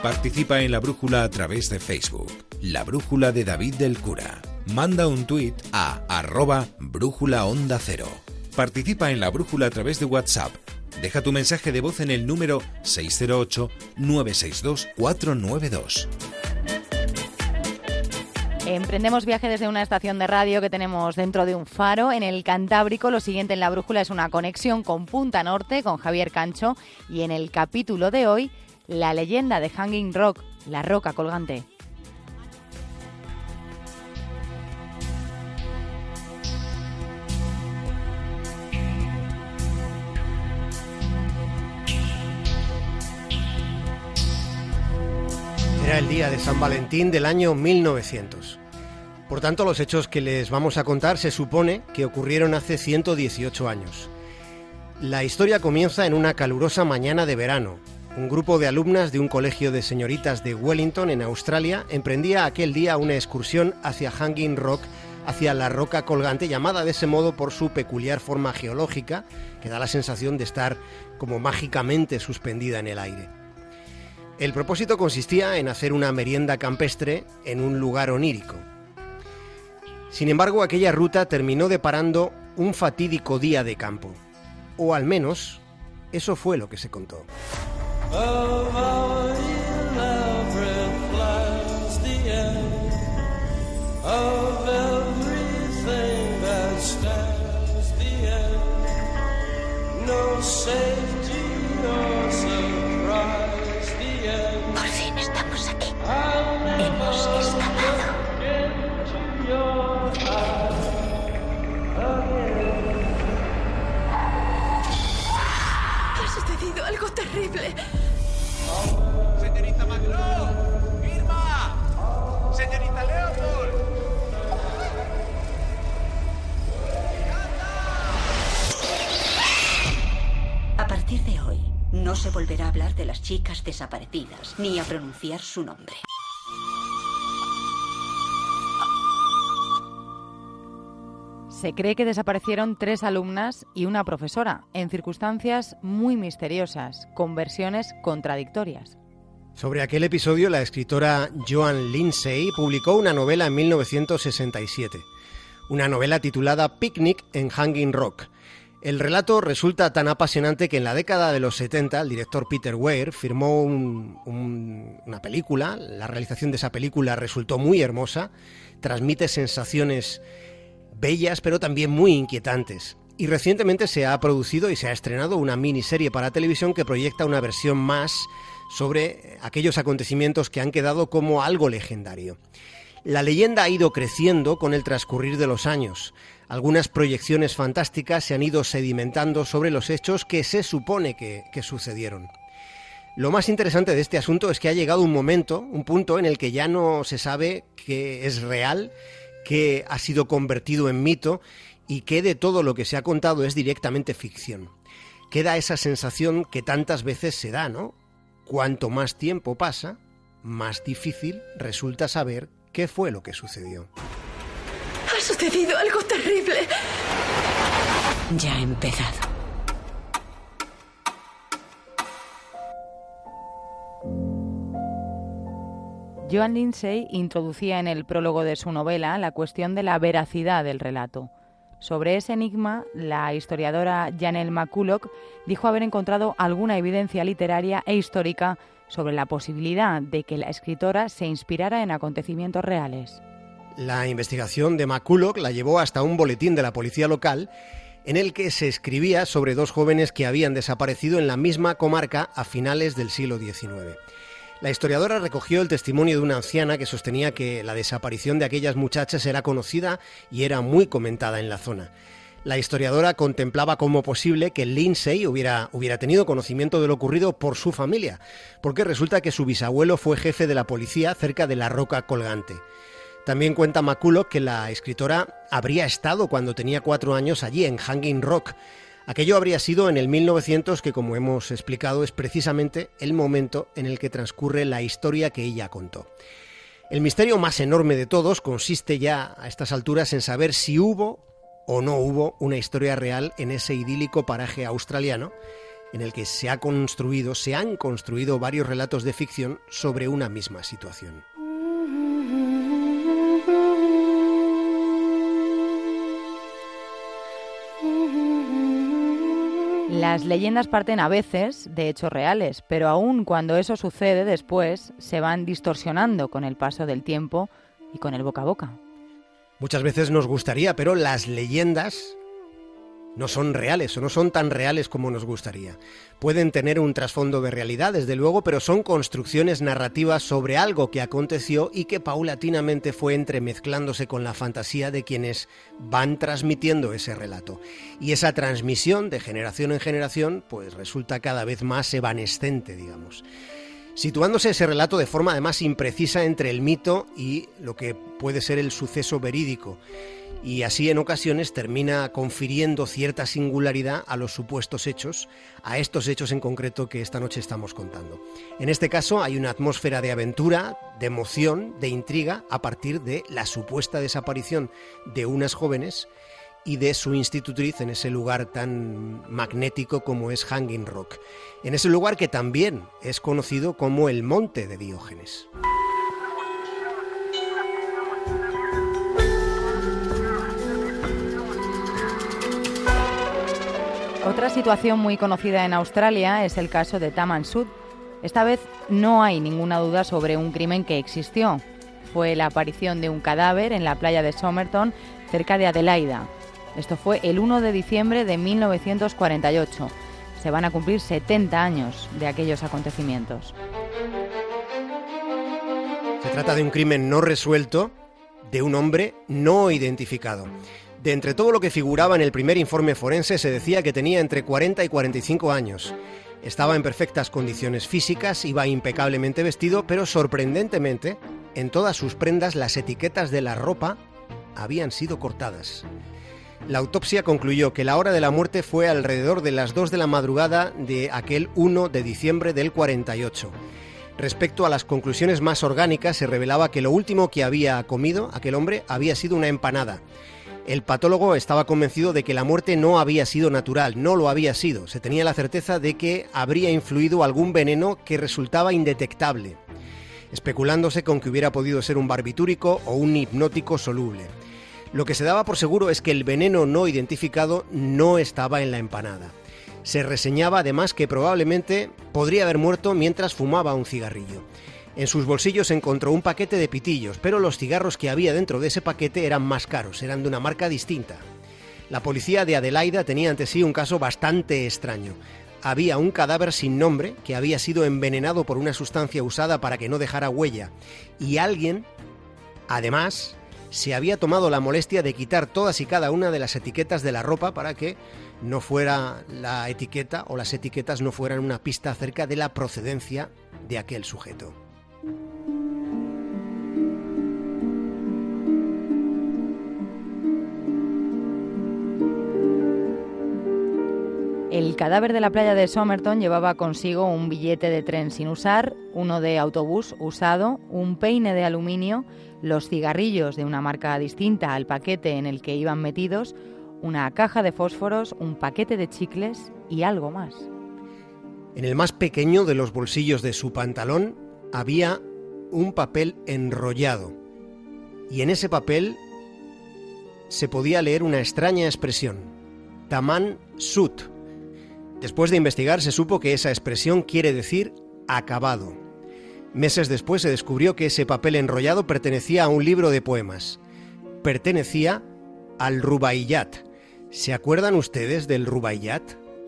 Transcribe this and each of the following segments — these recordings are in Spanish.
Participa en La Brújula a través de Facebook. La Brújula de David del Cura. Manda un tuit a @brújula onda cero. Participa en La Brújula a través de WhatsApp. Deja tu mensaje de voz en el número 608-962-492. Emprendemos viaje desde una estación de radio que tenemos dentro de un faro en el Cantábrico. Lo siguiente en La Brújula es una conexión con Punta Norte, con Javier Cancho. Y en el capítulo de hoy, la leyenda de Hanging Rock, la roca colgante. Era el día de San Valentín del año 1900. Por tanto, los hechos que les vamos a contar se supone que ocurrieron hace 118 años. La historia comienza en una calurosa mañana de verano. Un grupo de alumnas de un colegio de señoritas de Wellington, en Australia, emprendía aquel día una excursión hacia Hanging Rock, hacia la roca colgante, llamada de ese modo por su peculiar forma geológica, que da la sensación de estar como mágicamente suspendida en el aire. El propósito consistía en hacer una merienda campestre en un lugar onírico. Sin embargo, aquella ruta terminó deparando un fatídico día de campo. O al menos, eso fue lo que se contó. Por fin estamos aquí. Hemos escapado. Ha sucedido algo terrible. ¡Señorita Macron! ¡Irma! ¡Señorita Leopold! A partir de hoy, no se volverá a hablar de las chicas desaparecidas, ni a pronunciar su nombre. Se cree que desaparecieron 3 alumnas y una profesora, en circunstancias muy misteriosas, con versiones contradictorias. Sobre aquel episodio, la escritora Joan Lindsay publicó una novela en 1967, una novela titulada Picnic en Hanging Rock. El relato resulta tan apasionante que en la década de los 70 el director Peter Weir firmó una película. La realización de esa película resultó muy hermosa, transmite sensaciones bellas pero también muy inquietantes. Y recientemente se ha producido y se ha estrenado una miniserie para televisión que proyecta una versión más sobre aquellos acontecimientos que han quedado como algo legendario. La leyenda ha ido creciendo con el transcurrir de los años. Algunas proyecciones fantásticas se han ido sedimentando sobre los hechos que se supone que sucedieron. Lo más interesante de este asunto es que ha llegado un punto en el que ya no se sabe qué es real, qué ha sido convertido en mito y qué de todo lo que se ha contado es directamente ficción. Queda esa sensación que tantas veces se da, ¿no? Cuanto más tiempo pasa, más difícil resulta saber qué fue lo que sucedió. Ha sucedido algo terrible. Ya ha empezado. Joan Lindsay introducía en el prólogo de su novela la cuestión de la veracidad del relato. Sobre ese enigma, la historiadora Janelle McCulloch dijo haber encontrado alguna evidencia literaria e histórica sobre la posibilidad de que la escritora se inspirara en acontecimientos reales. La investigación de McCulloch la llevó hasta un boletín de la policía local en el que se escribía sobre 2 jóvenes que habían desaparecido en la misma comarca a finales del siglo XIX. La historiadora recogió el testimonio de una anciana que sostenía que la desaparición de aquellas muchachas era conocida y era muy comentada en la zona. La historiadora contemplaba como posible que Lindsay hubiera tenido conocimiento de lo ocurrido por su familia, porque resulta que su bisabuelo fue jefe de la policía cerca de la roca colgante. También cuenta McCulloch que la escritora habría estado cuando tenía 4 años allí en Hanging Rock. Aquello habría sido en el 1900, que como hemos explicado es precisamente el momento en el que transcurre la historia que ella contó. El misterio más enorme de todos consiste ya a estas alturas en saber si hubo o no hubo una historia real en ese idílico paraje australiano en el que se han construido varios relatos de ficción sobre una misma situación. Las leyendas parten a veces de hechos reales, pero aun cuando eso sucede después, se van distorsionando con el paso del tiempo y con el boca a boca. Muchas veces nos gustaría, pero las leyendas no son reales o no son tan reales como nos gustaría. Pueden tener un trasfondo de realidad, desde luego, pero son construcciones narrativas sobre algo que aconteció y que paulatinamente fue entremezclándose con la fantasía de quienes van transmitiendo ese relato. Y esa transmisión de generación en generación pues resulta cada vez más evanescente, digamos, situándose ese relato de forma además imprecisa entre el mito y lo que puede ser el suceso verídico. Y así en ocasiones termina confiriendo cierta singularidad a los supuestos hechos, a estos hechos en concreto que esta noche estamos contando. En este caso hay una atmósfera de aventura, de emoción, de intriga, a partir de la supuesta desaparición de unas jóvenes y de su institutriz en ese lugar tan magnético como es Hanging Rock, en ese lugar que también es conocido como el Monte de Diógenes. Otra situación muy conocida en Australia es el caso de Taman Sud. Esta vez no hay ninguna duda sobre un crimen que existió. Fue la aparición de un cadáver en la playa de Somerton, cerca de Adelaida. Esto fue el 1 de diciembre de 1948. Se van a cumplir 70 años de aquellos acontecimientos. Se trata de un crimen no resuelto, de un hombre no identificado. De entre todo lo que figuraba en el primer informe forense se decía que tenía entre 40 y 45 años. Estaba en perfectas condiciones físicas, iba impecablemente vestido, pero sorprendentemente, en todas sus prendas las etiquetas de la ropa habían sido cortadas. La autopsia concluyó que la hora de la muerte fue alrededor de las 2 de la madrugada de aquel 1 de diciembre del 48. Respecto a las conclusiones más orgánicas, se revelaba que lo último que había comido aquel hombre había sido una empanada. El patólogo estaba convencido de que la muerte no había sido natural, no lo había sido. Se tenía la certeza de que habría influido algún veneno que resultaba indetectable, especulándose con que hubiera podido ser un barbitúrico o un hipnótico soluble. Lo que se daba por seguro es que el veneno no identificado no estaba en la empanada. Se reseñaba además que probablemente podría haber muerto mientras fumaba un cigarrillo. En sus bolsillos encontró un paquete de pitillos, pero los cigarros que había dentro de ese paquete eran más caros, eran de una marca distinta. La policía de Adelaida tenía ante sí un caso bastante extraño. Había un cadáver sin nombre que había sido envenenado por una sustancia usada para que no dejara huella, y alguien, además, se había tomado la molestia de quitar todas y cada una de las etiquetas de la ropa para que no fuera la etiqueta o las etiquetas no fueran una pista acerca de la procedencia de aquel sujeto. El cadáver de la playa de Somerton llevaba consigo un billete de tren sin usar, uno de autobús usado, un peine de aluminio, los cigarrillos de una marca distinta al paquete en el que iban metidos, una caja de fósforos, un paquete de chicles y algo más. En el más pequeño de los bolsillos de su pantalón había un papel enrollado, y en ese papel se podía leer una extraña expresión: Taman Sud. Después de investigar se supo que esa expresión quiere decir acabado. Meses después se descubrió que ese papel enrollado pertenecía a un libro de poemas. Pertenecía al Rubaiyat. ¿Se acuerdan ustedes del Rubaiyat?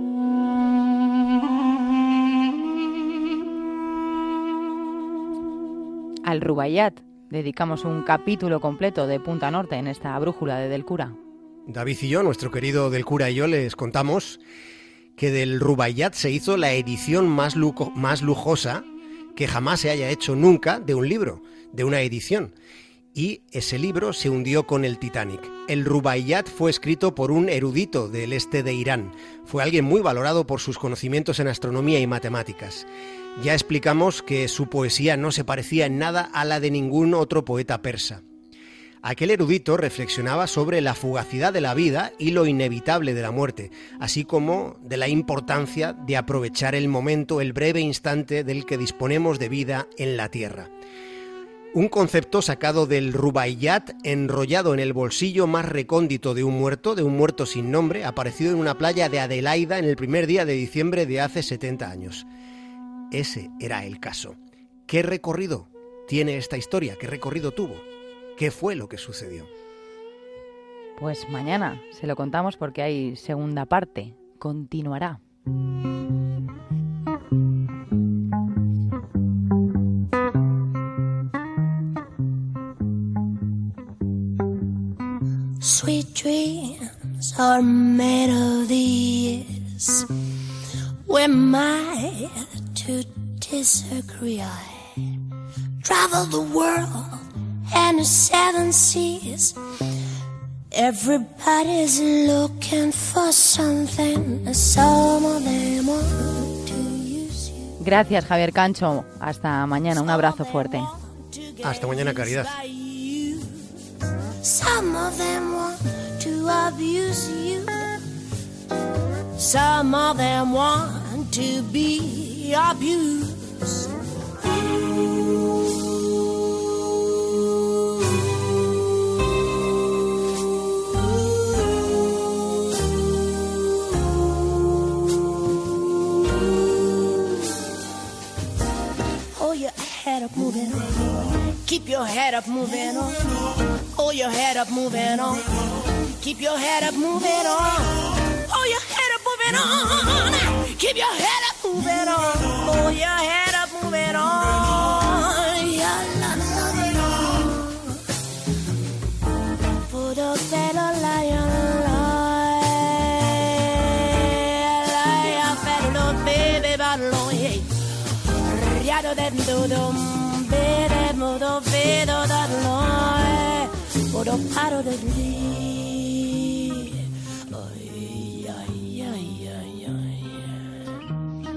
Al Rubaiyat dedicamos un capítulo completo de Punta Norte en esta brújula de Del Cura. David y yo, nuestro querido Del Cura y yo, les contamos que del Rubaiyat se hizo la edición más lujosa que jamás se haya hecho nunca de un libro, de una edición. Y ese libro se hundió con el Titanic. El Rubaiyat fue escrito por un erudito del este de Irán. Fue alguien muy valorado por sus conocimientos en astronomía y matemáticas. Ya explicamos que su poesía no se parecía en nada a la de ningún otro poeta persa. Aquel erudito reflexionaba sobre la fugacidad de la vida y lo inevitable de la muerte, así como de la importancia de aprovechar el momento, el breve instante del que disponemos de vida en la tierra. Un concepto sacado del Rubaiyat, enrollado en el bolsillo más recóndito de un muerto sin nombre, aparecido en una playa de Adelaida en el primer día de diciembre de hace 70 años. Ese era el caso. ¿Qué recorrido tiene esta historia? ¿Qué recorrido tuvo? ¿Qué fue lo que sucedió? Pues mañana se lo contamos porque hay segunda parte. Continuará. Sweet dreams are made of these. We're made to disagree. I travel the world and the 7 seas. Everybody's looking for something. Some of them want to use you. Gracias, Javier Cancho. Hasta mañana. Un abrazo fuerte. Hasta mañana, Caridad. Some of them want to abuse you. Some of them want to be abused. Hold your head up, moving on. Keep your head up, moving on. Hold your head up, moving on. Keep your head up, moving on. Hold your head up, moving on. Keep your head up, moving on. Hold your head up, moving on. Yeah, la, la, la. Put up that lion, lion, fat baby, battle, yeah. Riado that do, baby, modo, vedo that loy. Put up out of the day. Ay, ay, ay, ay, ay.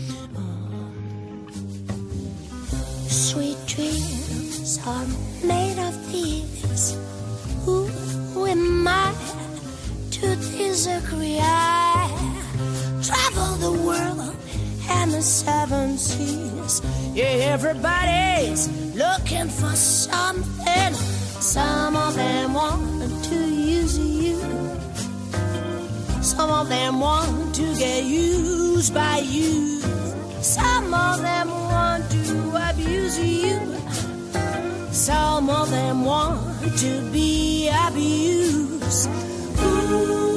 Sweet dreams are made of these. Who am I to disagree? I travel the world and the 7 seas. Yeah, everybody's looking for something. Some of them want to use you. Some of them want to get used by you. Some of them want to abuse you. Some of them want to be abused. Ooh.